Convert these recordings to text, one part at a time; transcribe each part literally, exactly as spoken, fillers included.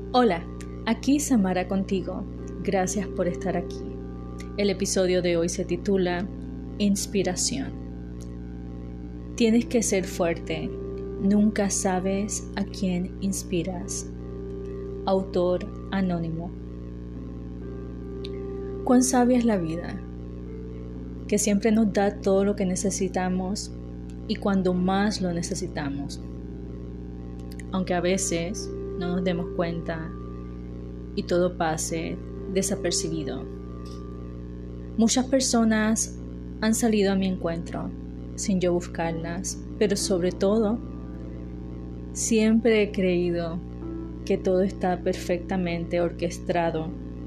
Hola, aquí Samara contigo. Gracias por estar aquí. El episodio de hoy se titula Inspiración. Tienes que ser fuerte. Nunca sabes a quién inspiras. Autor anónimo. Cuán sabia es la vida, que siempre nos da todo lo que necesitamos y cuando más lo necesitamos. Aunque a veces no nos demos cuenta y todo pase desapercibido. Muchas personas han salido a mi encuentro sin yo buscarlas, pero sobre todo siempre he creído que todo está perfectamente orquestado.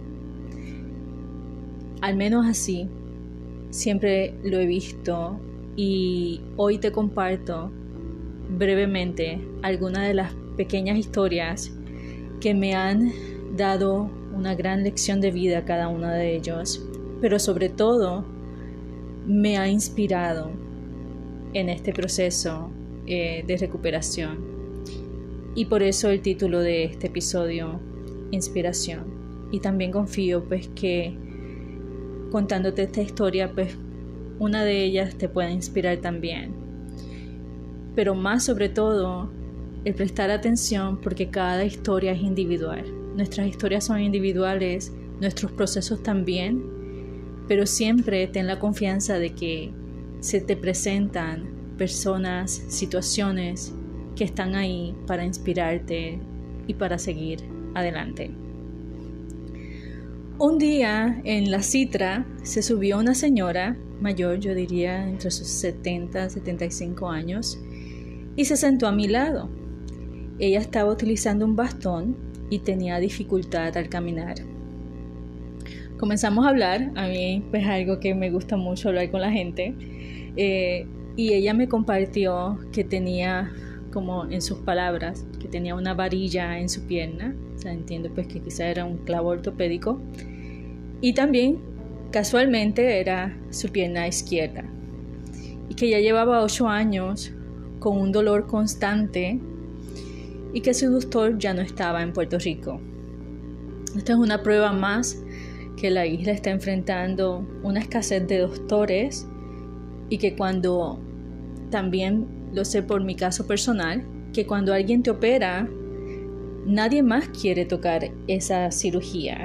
Al menos así, siempre lo he visto y hoy te comparto brevemente algunas de las pequeñas historias que me han dado una gran lección de vida a cada uno de ellos, pero sobre todo me ha inspirado en este proceso eh, de recuperación. Y por eso el título de este episodio, Inspiración. Y también confío pues que contándote esta historia, pues una de ellas te pueda inspirar también. Pero más sobre todo, el prestar atención porque cada historia es individual. Nuestras historias son individuales, nuestros procesos también, pero siempre ten la confianza de que se te presentan personas, situaciones que están ahí para inspirarte y para seguir adelante. Un día en la Citra se subió una señora mayor, yo diría entre sus setenta, setenta y cinco años, y se sentó a mi lado. Ella estaba utilizando un bastón y tenía dificultad al caminar. Comenzamos a hablar, a mí pues algo que me gusta mucho hablar con la gente, eh, y ella me compartió que tenía, como en sus palabras, que tenía una varilla en su pierna, o sea, entiendo pues que quizá era un clavo ortopédico, y también casualmente era su pierna izquierda, y que ya llevaba ocho años con un dolor constante y que su doctor ya no estaba en Puerto Rico. Esta es una prueba más que la isla está enfrentando una escasez de doctores y que cuando, también lo sé por mi caso personal, que cuando alguien te opera, nadie más quiere tocar esa cirugía.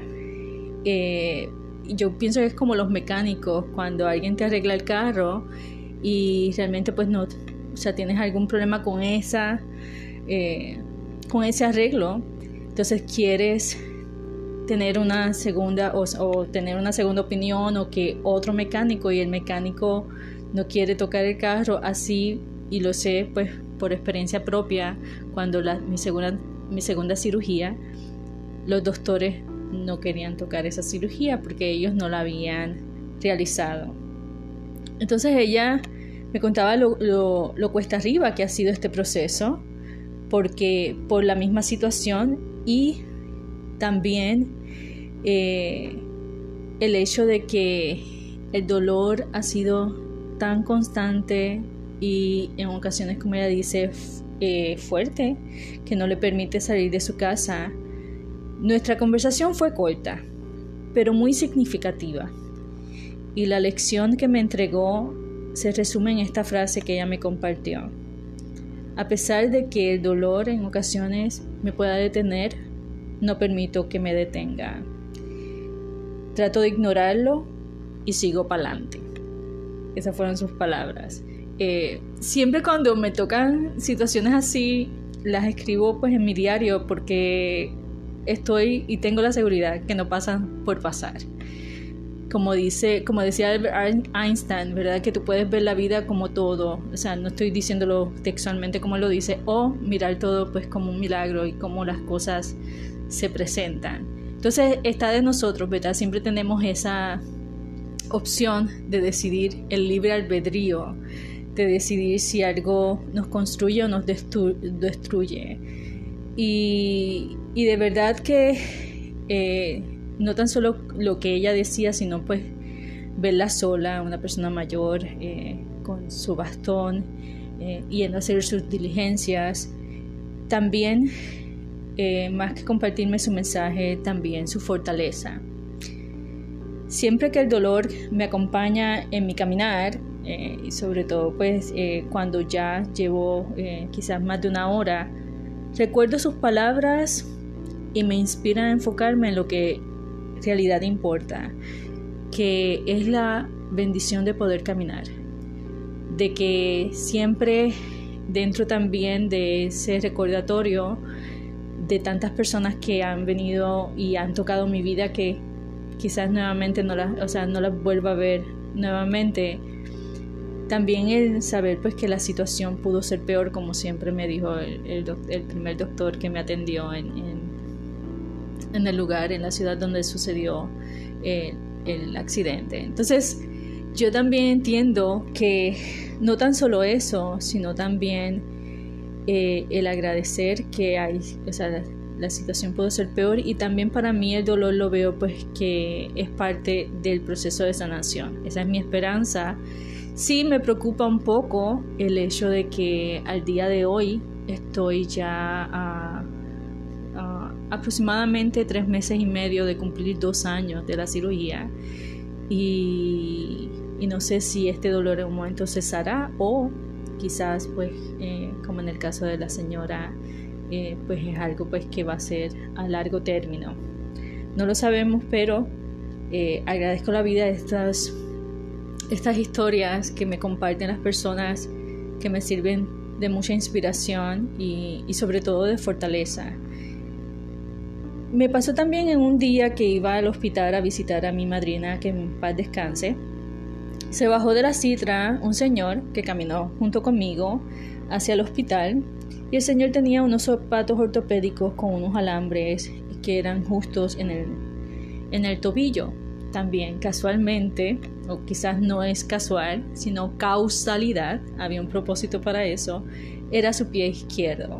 Eh, yo pienso que es como los mecánicos, cuando alguien te arregla el carro y realmente pues no, o sea, tienes algún problema con esa... Eh, con ese arreglo, entonces quieres tener una segunda o, o tener una segunda opinión o que otro mecánico y el mecánico no quiere tocar el carro así, y lo sé pues por experiencia propia, cuando la, mi, segunda, mi segunda cirugía, los doctores no querían tocar esa cirugía porque ellos no la habían realizado. Entonces ella me contaba lo, lo, lo cuesta arriba que ha sido este proceso, porque por la misma situación y también eh, el hecho de que el dolor ha sido tan constante y en ocasiones, como ella dice, eh, fuerte, que no le permite salir de su casa. Nuestra conversación fue corta, pero muy significativa, y la lección que me entregó se resume en esta frase que ella me compartió. A pesar de que el dolor en ocasiones me pueda detener, no permito que me detenga. Trato de ignorarlo y sigo para adelante. Esas fueron sus palabras. Eh, siempre cuando me tocan situaciones así, las escribo pues en mi diario porque estoy y tengo la seguridad que no pasan por pasar. Como dice, como decía Albert Einstein, ¿verdad? Que tú puedes ver la vida como todo, o sea, no estoy diciéndolo textualmente como lo dice, o mirar todo pues como un milagro y cómo las cosas se presentan. Entonces está de nosotros, ¿verdad? Siempre tenemos esa opción de decidir, el libre albedrío, de decidir si algo nos construye o nos destru- destruye. Y, y de verdad que eh, no tan solo lo que ella decía, sino pues verla sola, una persona mayor eh, con su bastón, eh, yendo a hacer sus diligencias. También eh, más que compartirme su mensaje, también su fortaleza. Siempre que el dolor me acompaña en mi caminar, eh, y sobre todo pues eh, cuando ya llevo eh, quizás más de una hora, recuerdo sus palabras y me inspiran a enfocarme en lo que en realidad importa, que es la bendición de poder caminar, de que siempre dentro también de ese recordatorio de tantas personas que han venido y han tocado mi vida, que quizás nuevamente no las, o sea, no las vuelva a ver nuevamente. También el saber pues que la situación pudo ser peor, como siempre me dijo el, el, doc, el primer doctor que me atendió en, en, en el lugar, en la ciudad donde sucedió eh, el accidente. Entonces yo también entiendo que no tan solo eso, sino también eh, el agradecer que hay, o sea, la, la situación pudo ser peor, y también para mí el dolor lo veo pues que es parte del proceso de sanación. Esa es mi esperanza. Sí me preocupa un poco el hecho de que al día de hoy estoy ya a, a aproximadamente tres meses y medio de cumplir dos años de la cirugía, y, y no sé si este dolor en un momento cesará o quizás pues eh, como en el caso de la señora eh, pues es algo pues que va a ser a largo término. No lo sabemos, pero eh, agradezco la vida de estas estas historias que me comparten las personas, que me sirven de mucha inspiración y, y sobre todo de fortaleza. Me pasó también en un día que iba al hospital a visitar a mi madrina, que en paz descanse. Se bajó de la citra un señor que caminó junto conmigo hacia el hospital, y el señor tenía unos zapatos ortopédicos con unos alambres que eran justos en el, en el tobillo. También casualmente, o quizás no es casual, sino causalidad, había un propósito para eso, era su pie izquierdo.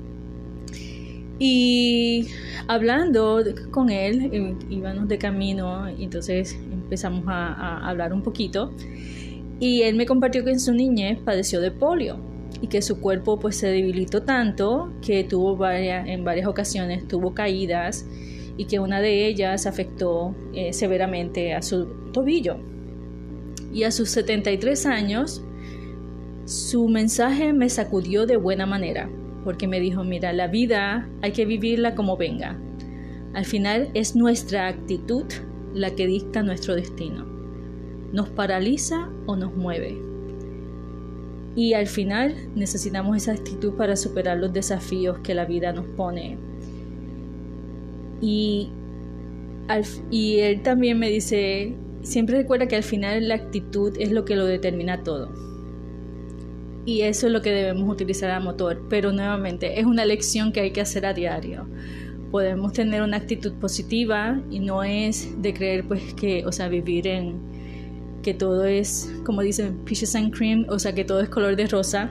Y hablando con él, íbamos de camino, y entonces empezamos a, a hablar un poquito, y él me compartió que en su niñez padeció de polio y que su cuerpo pues se debilitó tanto que tuvo varias, en varias ocasiones tuvo caídas, y que una de ellas afectó eh, severamente a su tobillo. Y a sus setenta y tres años, su mensaje me sacudió de buena manera, porque me dijo: mira, la vida hay que vivirla como venga. Al final es nuestra actitud la que dicta nuestro destino. Nos paraliza o nos mueve. Y al final necesitamos esa actitud para superar los desafíos que la vida nos pone. Y, al, y él también me dice, siempre recuerda que al final la actitud es lo que lo determina todo. Y eso es lo que debemos utilizar a motor. Pero nuevamente es una lección que hay que hacer a diario. Podemos tener una actitud positiva, y no es de creer pues que, o sea, vivir en que todo es, como dicen, peaches and cream, o sea, que todo es color de rosa.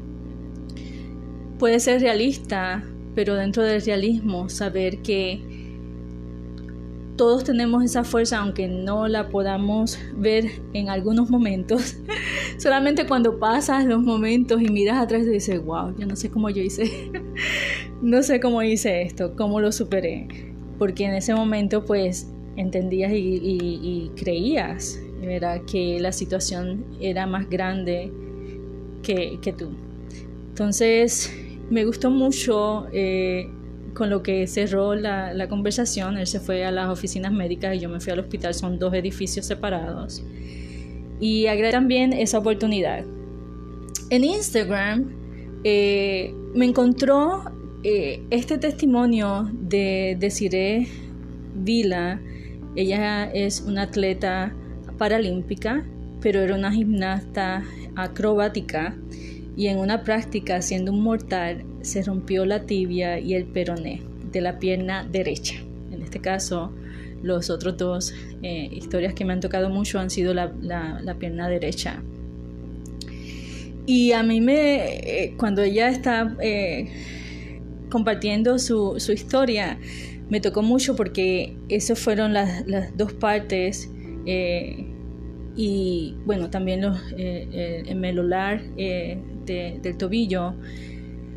Puede ser realista, pero dentro del realismo saber que todos tenemos esa fuerza, aunque no la podamos ver en algunos momentos. Solamente cuando pasas los momentos y miras atrás y dices, wow, yo no sé cómo yo hice, no sé cómo hice esto, cómo lo superé. Porque en ese momento pues entendías y, y, y creías, ¿verdad?, que la situación era más grande que, que tú. Entonces me gustó mucho eh, con lo que cerró la, la conversación. Él se fue a las oficinas médicas y yo me fui al hospital. Son dos edificios separados. Y agradezco también esa oportunidad. En Instagram eh, me encontró eh, este testimonio de Desiree Vila. Ella es una atleta paralímpica, pero era una gimnasta acrobática, y en una práctica haciendo un mortal se rompió la tibia y el peroné de la pierna derecha. En este caso, los otros dos eh, historias que me han tocado mucho han sido la, la, la pierna derecha. Y a mí me, eh, cuando ella está eh, compartiendo su, su historia, me tocó mucho porque esas fueron las, las dos partes. Eh, y bueno, también los, eh, el medular eh, de, del tobillo.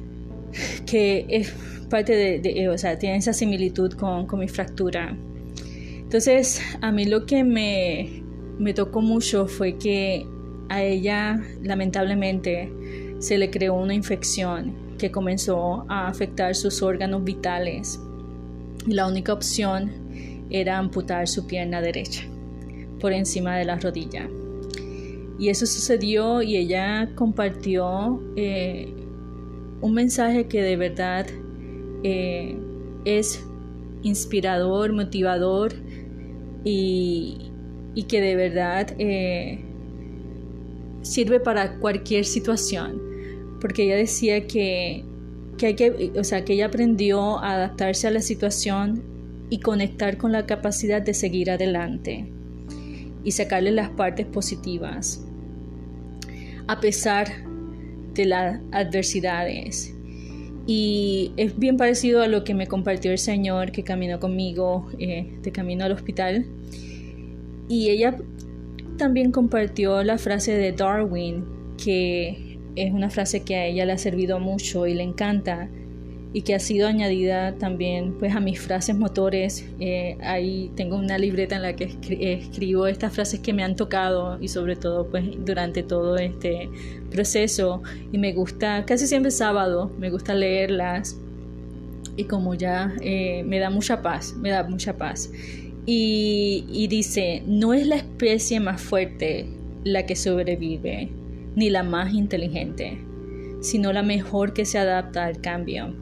que es parte de, de o sea, tiene esa similitud con, con mi fractura. Entonces, a mí lo que me, me tocó mucho fue que a ella, lamentablemente, se le creó una infección que comenzó a afectar sus órganos vitales. Y la única opción era amputar su pierna derecha por encima de la rodilla. Y eso sucedió y ella compartió eh, un mensaje que de verdad eh, es inspirador, motivador y, y que de verdad eh, sirve para cualquier situación, porque ella decía que, que, hay que, o sea, que ella aprendió a adaptarse a la situación y conectar con la capacidad de seguir adelante y sacarle las partes positivas a pesar de las adversidades. Y es bien parecido a lo que me compartió el Señor que caminó conmigo eh, de camino al hospital. Y ella también compartió la frase de Darwin, que es una frase que a ella le ha servido mucho y le encanta, y que ha sido añadida también pues a mis frases motores. Eh, ahí tengo una libreta en la que escri- escribo estas frases que me han tocado y sobre todo pues durante todo este proceso, y me gusta, casi siempre sábado, me gusta leerlas y como ya eh, me da mucha paz, me da mucha paz. Y, y dice: no es la especie más fuerte la que sobrevive, ni la más inteligente, sino la mejor que se adapta al cambio.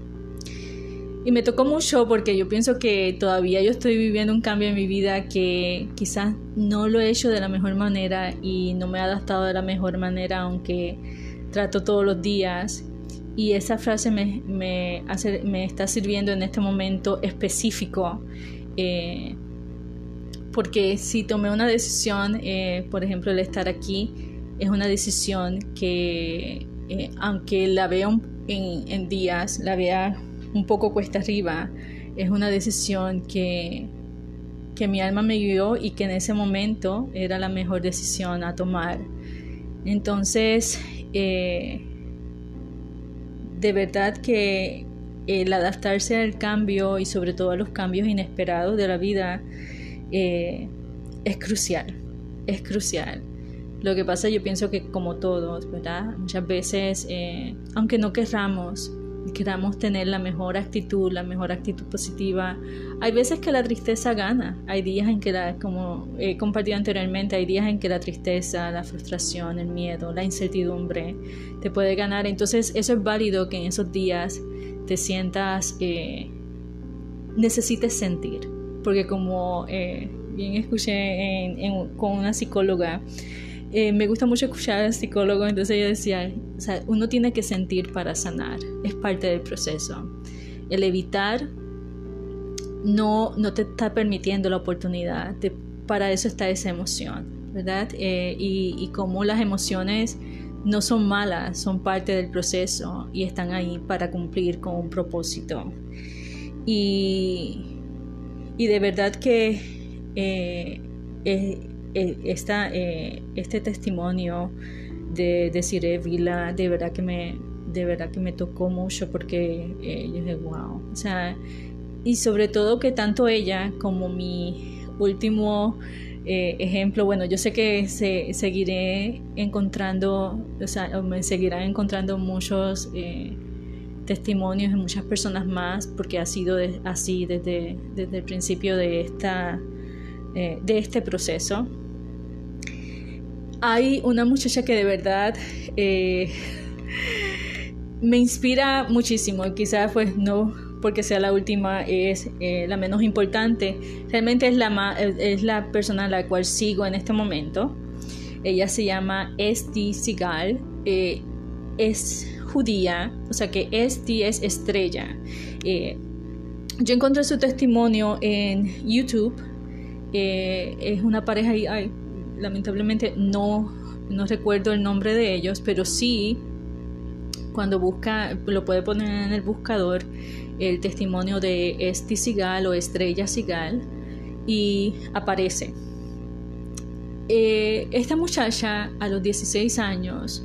Y me tocó mucho porque yo pienso que todavía yo estoy viviendo un cambio en mi vida que quizás no lo he hecho de la mejor manera y no me he adaptado de la mejor manera, aunque trato todos los días. Y esa frase me, me, hace, me está sirviendo en este momento específico, eh, porque si tomé una decisión, eh, por ejemplo el estar aquí, es una decisión que eh, aunque la vea en, en días, la vea un poco cuesta arriba, es una decisión que, que mi alma me guió y que en ese momento era la mejor decisión a tomar. Entonces, eh, de verdad que el adaptarse al cambio y sobre todo a los cambios inesperados de la vida eh, es crucial, es crucial. Lo que pasa, yo pienso que como todos, ¿verdad? Muchas veces, eh, aunque no querramos, queramos tener la mejor actitud, la mejor actitud positiva, hay veces que la tristeza gana. Hay días en que, la, como he compartido anteriormente, hay días en que la tristeza, la frustración, el miedo, la incertidumbre te puede ganar. Entonces eso es válido, que en esos días te sientas, eh, necesites sentir, porque como eh, bien escuché en, en, con una psicóloga, Eh, me gusta mucho escuchar al psicólogo, entonces ella decía, o sea, uno tiene que sentir para sanar, es parte del proceso. El evitar no, no te está permitiendo la oportunidad, de, para eso está esa emoción, ¿verdad? Eh, y, y como las emociones no son malas, son parte del proceso y están ahí para cumplir con un propósito. Y, y de verdad que eh, eh, Esta, eh, este testimonio de, de Cire Vila de verdad que me de verdad que me tocó mucho, porque eh, yo dije wow, o sea, y sobre todo que tanto ella como mi último eh, ejemplo, bueno, yo sé que se, seguiré encontrando, o sea, me seguirán encontrando muchos eh, testimonios de muchas personas más, porque ha sido de, así desde, desde el principio de esta eh, de este proceso. Hay una muchacha que de verdad eh, me inspira muchísimo, quizás pues no porque sea la última, es eh, la menos importante, realmente es la, más, es la persona a la cual sigo en este momento. Ella se llama Esti Sigal, eh, es judía, o sea que Esti es estrella. Eh, yo encontré su testimonio en YouTube, eh, es una pareja y ay, lamentablemente no, no recuerdo el nombre de ellos, pero sí, cuando busca, lo puede poner en el buscador, el testimonio de Esti Sigal o Estrella Sigal, y aparece. Eh, esta muchacha a los dieciséis años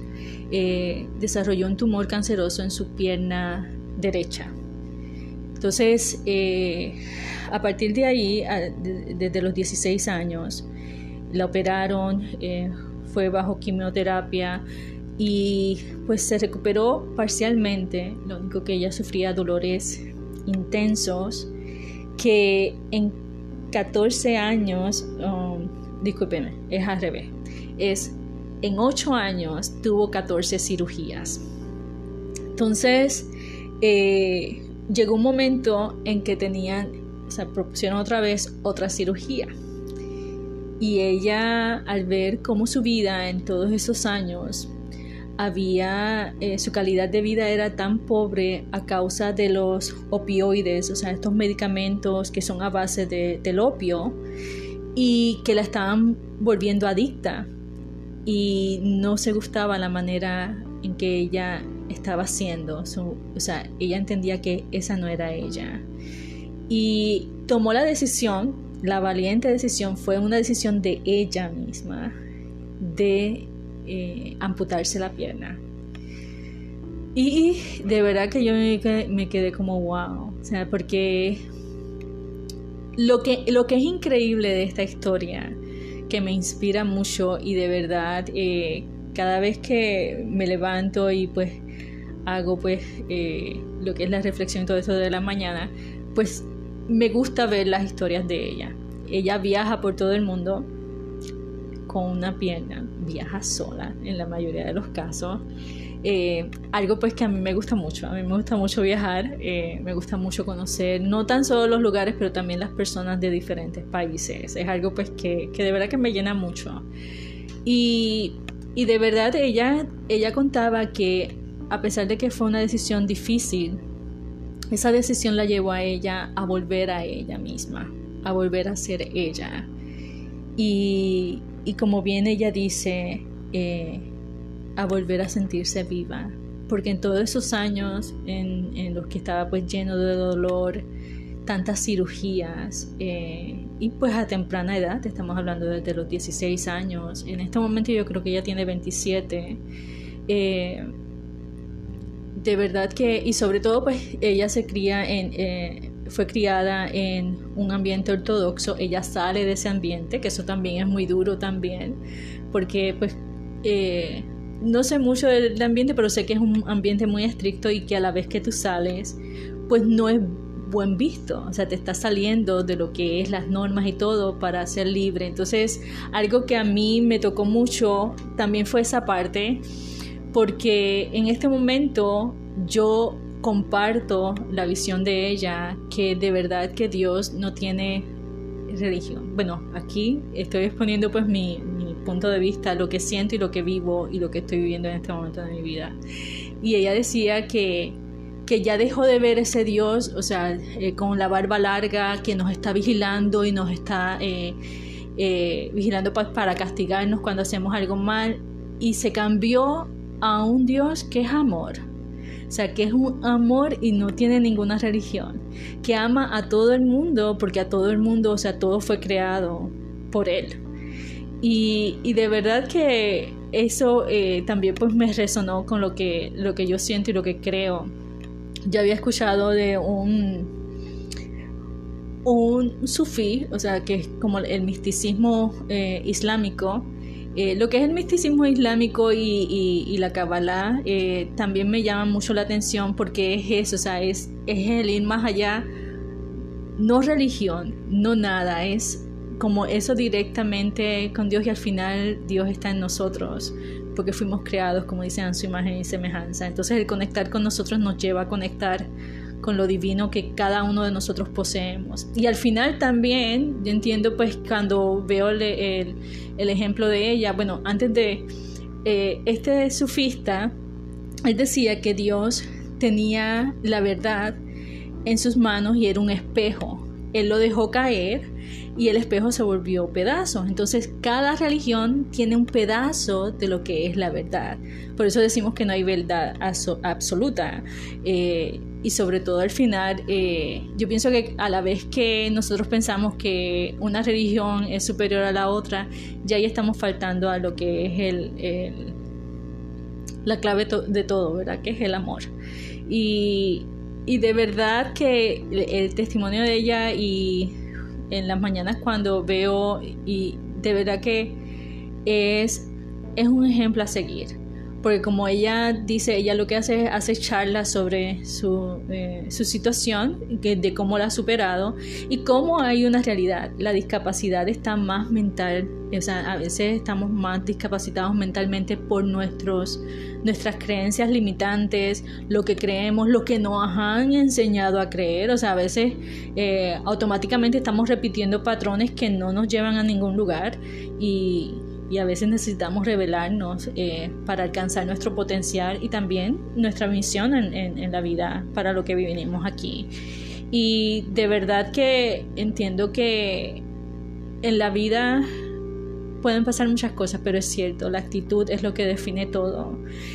eh, desarrolló un tumor canceroso en su pierna derecha. Entonces, eh, a partir de ahí, a, de, desde los dieciséis años, la operaron, eh, fue bajo quimioterapia y pues se recuperó parcialmente. Lo único que ella sufría dolores intensos que en catorce años, um, discúlpeme, es al revés, es en ocho años tuvo catorce cirugías. Entonces, eh, llegó un momento en que tenían, o sea, propusieron otra vez otra cirugía. Y ella, al ver cómo su vida en todos esos años había, eh, su calidad de vida era tan pobre a causa de los opioides, o sea, estos medicamentos que son a base de, del opio, y que la estaban volviendo adicta. Y no se gustaba la manera en que ella estaba haciendo, su, o sea, ella entendía que esa no era ella. Y tomó la decisión, la valiente decisión, fue una decisión de ella misma, de eh, amputarse la pierna. Y de verdad que yo me quedé, me quedé como wow, o sea, porque lo que, lo que es increíble de esta historia, que me inspira mucho y de verdad eh, cada vez que me levanto y pues hago pues eh, lo que es la reflexión y todo eso de la mañana, pues me gusta ver las historias de ella. Ella viaja por todo el mundo con una pierna, viaja sola en la mayoría de los casos. Eh, algo pues que a mí me gusta mucho, a mí me gusta mucho viajar, eh, me gusta mucho conocer no tan solo los lugares, pero también las personas de diferentes países. Es algo pues que, que de verdad que me llena mucho. Y, y de verdad ella, ella contaba que a pesar de que fue una decisión difícil, esa decisión la llevó a ella a volver a ella misma, a volver a ser ella. Y, y como bien ella dice, eh, a volver a sentirse viva, porque en todos esos años en, en los que estaba pues lleno de dolor, tantas cirugías, eh, y pues a temprana edad, estamos hablando desde los dieciséis años, en este momento yo creo que ella tiene veintisiete, eh, de verdad que, y sobre todo pues ella se cría en, eh, fue criada en un ambiente ortodoxo, ella sale de ese ambiente, que eso también es muy duro también, porque pues eh, no sé mucho del ambiente, pero sé que es un ambiente muy estricto y que a la vez que tú sales, pues no es buen visto. O sea, te estás saliendo de lo que es las normas y todo para ser libre. Entonces, algo que a mí me tocó mucho también fue esa parte, porque en este momento yo comparto la visión de ella, que de verdad que Dios no tiene religión. Bueno, aquí estoy exponiendo pues mi, mi punto de vista, lo que siento y lo que vivo y lo que estoy viviendo en este momento de mi vida. Y ella decía que, que ya dejó de ver ese Dios, o sea, eh, con la barba larga, que nos está vigilando y nos está eh, eh, vigilando pues, para castigarnos cuando hacemos algo mal, y se cambió a un Dios que es amor. O sea, que es un amor y no tiene ninguna religión, que ama a todo el mundo, porque a todo el mundo, o sea, todo fue creado por Él. Y, y de verdad que eso eh, también pues me resonó con lo que, lo que yo siento y lo que creo. Yo había escuchado de un, un sufí, o sea, que es como el misticismo eh, islámico. Eh, lo que es el misticismo islámico y, y, y la Kabbalah eh, también me llama mucho la atención, porque es eso, o sea, es, es el ir más allá, no religión, no nada, es como eso directamente con Dios, y al final Dios está en nosotros, porque fuimos creados, como dicen, a su imagen y semejanza. Entonces el conectar con nosotros nos lleva a conectar con lo divino que cada uno de nosotros poseemos. Y al final también, yo entiendo pues cuando veo el, el, el ejemplo de ella, bueno, antes de eh, este sufista, él decía que Dios tenía la verdad en sus manos y era un espejo. Él lo dejó caer y el espejo se volvió pedazos. Entonces cada religión tiene un pedazo de lo que es la verdad. Por eso decimos que no hay verdad absoluta. Eh, y sobre todo al final, eh, yo pienso que a la vez que nosotros pensamos que una religión es superior a la otra, ya ahí estamos faltando a lo que es el, el, la clave to- de todo, ¿verdad? Que es el amor. Y, y de verdad que el, el testimonio de ella, y en las mañanas cuando veo, y de verdad que es, es un ejemplo a seguir. Porque como ella dice, ella lo que hace es hacer charlas sobre su, eh, su situación, que, de cómo la ha superado y cómo hay una realidad. La discapacidad está más mental, o sea, a veces estamos más discapacitados mentalmente por nuestros, nuestras creencias limitantes, lo que creemos, lo que nos han enseñado a creer. O sea, a veces eh, automáticamente estamos repitiendo patrones que no nos llevan a ningún lugar, y Y a veces necesitamos revelarnos eh, para alcanzar nuestro potencial y también nuestra misión en, en, en la vida para lo que vivimos aquí. Y de verdad que entiendo que en la vida pueden pasar muchas cosas, pero es cierto, la actitud es lo que define todo.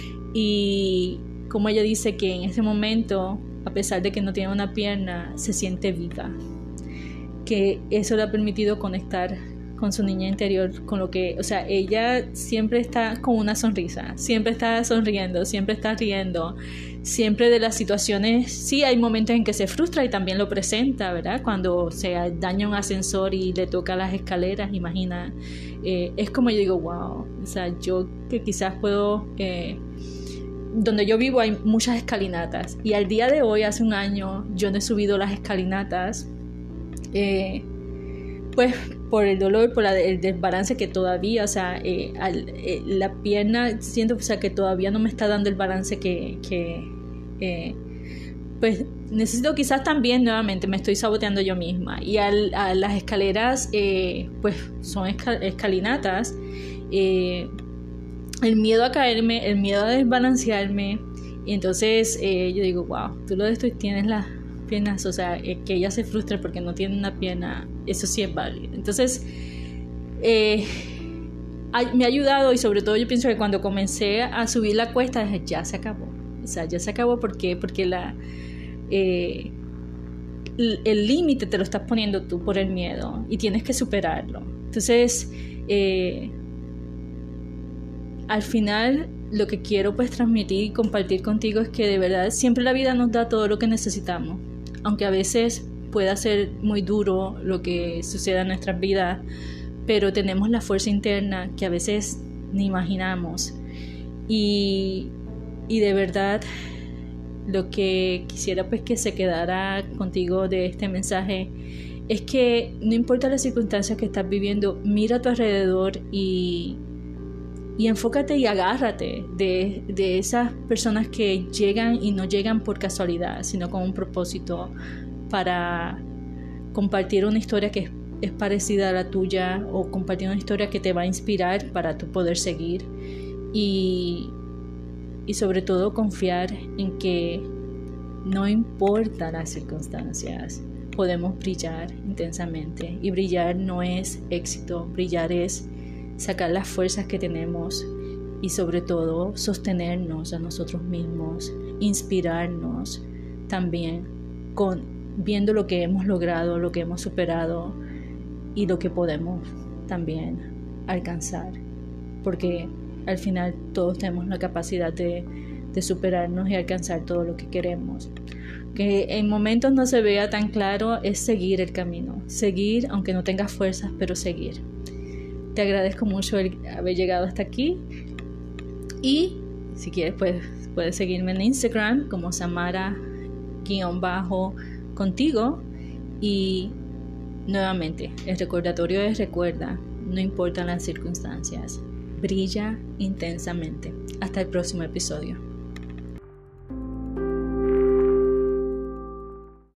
Y como ella dice que en ese momento, a pesar de que no tiene una pierna, se siente viva. Que eso le ha permitido conectar con su niña interior, con lo que, o sea, ella siempre está con una sonrisa, siempre está sonriendo, siempre está riendo, siempre de las situaciones. Sí, hay momentos en que se frustra y también lo presenta, ¿verdad? Cuando se daña un ascensor y le toca las escaleras, imagina, eh, es como yo digo, wow, o sea, yo que quizás puedo, eh, donde yo vivo hay muchas escalinatas, y al día de hoy, hace un año, yo no he subido las escalinatas, eh, pues por el dolor, por la, el desbalance que todavía, o sea, eh, al, eh, la pierna, siento, o sea, que todavía no me está dando el balance que, que eh, pues necesito. Quizás también nuevamente me estoy saboteando yo misma, y al, a las escaleras, eh, pues son escal, escalinatas, eh, el miedo a caerme, el miedo a desbalancearme, y entonces eh, yo digo, wow, tú lo de esto tienes las piernas, o sea, eh, que ella se frustre porque no tiene una pierna, eso sí es válido. Entonces eh, hay, me ha ayudado, y sobre todo yo pienso que cuando comencé a subir la cuesta dije, ya se acabó, o sea, ya se acabó. ¿Por qué? Porque la eh, el límite te lo estás poniendo tú por el miedo y tienes que superarlo. Entonces eh, al final lo que quiero pues transmitir y compartir contigo es que de verdad siempre la vida nos da todo lo que necesitamos, aunque a veces pueda ser muy duro lo que suceda en nuestras vidas, pero tenemos la fuerza interna que a veces ni imaginamos. Y, y de verdad lo que quisiera pues que se quedara contigo de este mensaje es que no importa las circunstancias que estás viviendo, mira a tu alrededor y Y enfócate y agárrate de, de esas personas que llegan y no llegan por casualidad, sino con un propósito para compartir una historia que es, es parecida a la tuya, o compartir una historia que te va a inspirar para tú poder seguir. Y, y sobre todo confiar en que no importa las circunstancias, podemos brillar intensamente. Y brillar no es éxito, brillar es sacar las fuerzas que tenemos y sobre todo sostenernos a nosotros mismos, inspirarnos también con viendo lo que hemos logrado, lo que hemos superado y lo que podemos también alcanzar, porque al final todos tenemos la capacidad de, de superarnos y alcanzar todo lo que queremos. Que en momentos no se vea tan claro, es seguir el camino, seguir aunque no tengas fuerzas, pero seguir. Te agradezco mucho el haber llegado hasta aquí, y si quieres pues, puedes seguirme en Instagram como Samara-contigo. Y nuevamente el recordatorio es: recuerda, no importan las circunstancias, brilla intensamente. Hasta el próximo episodio.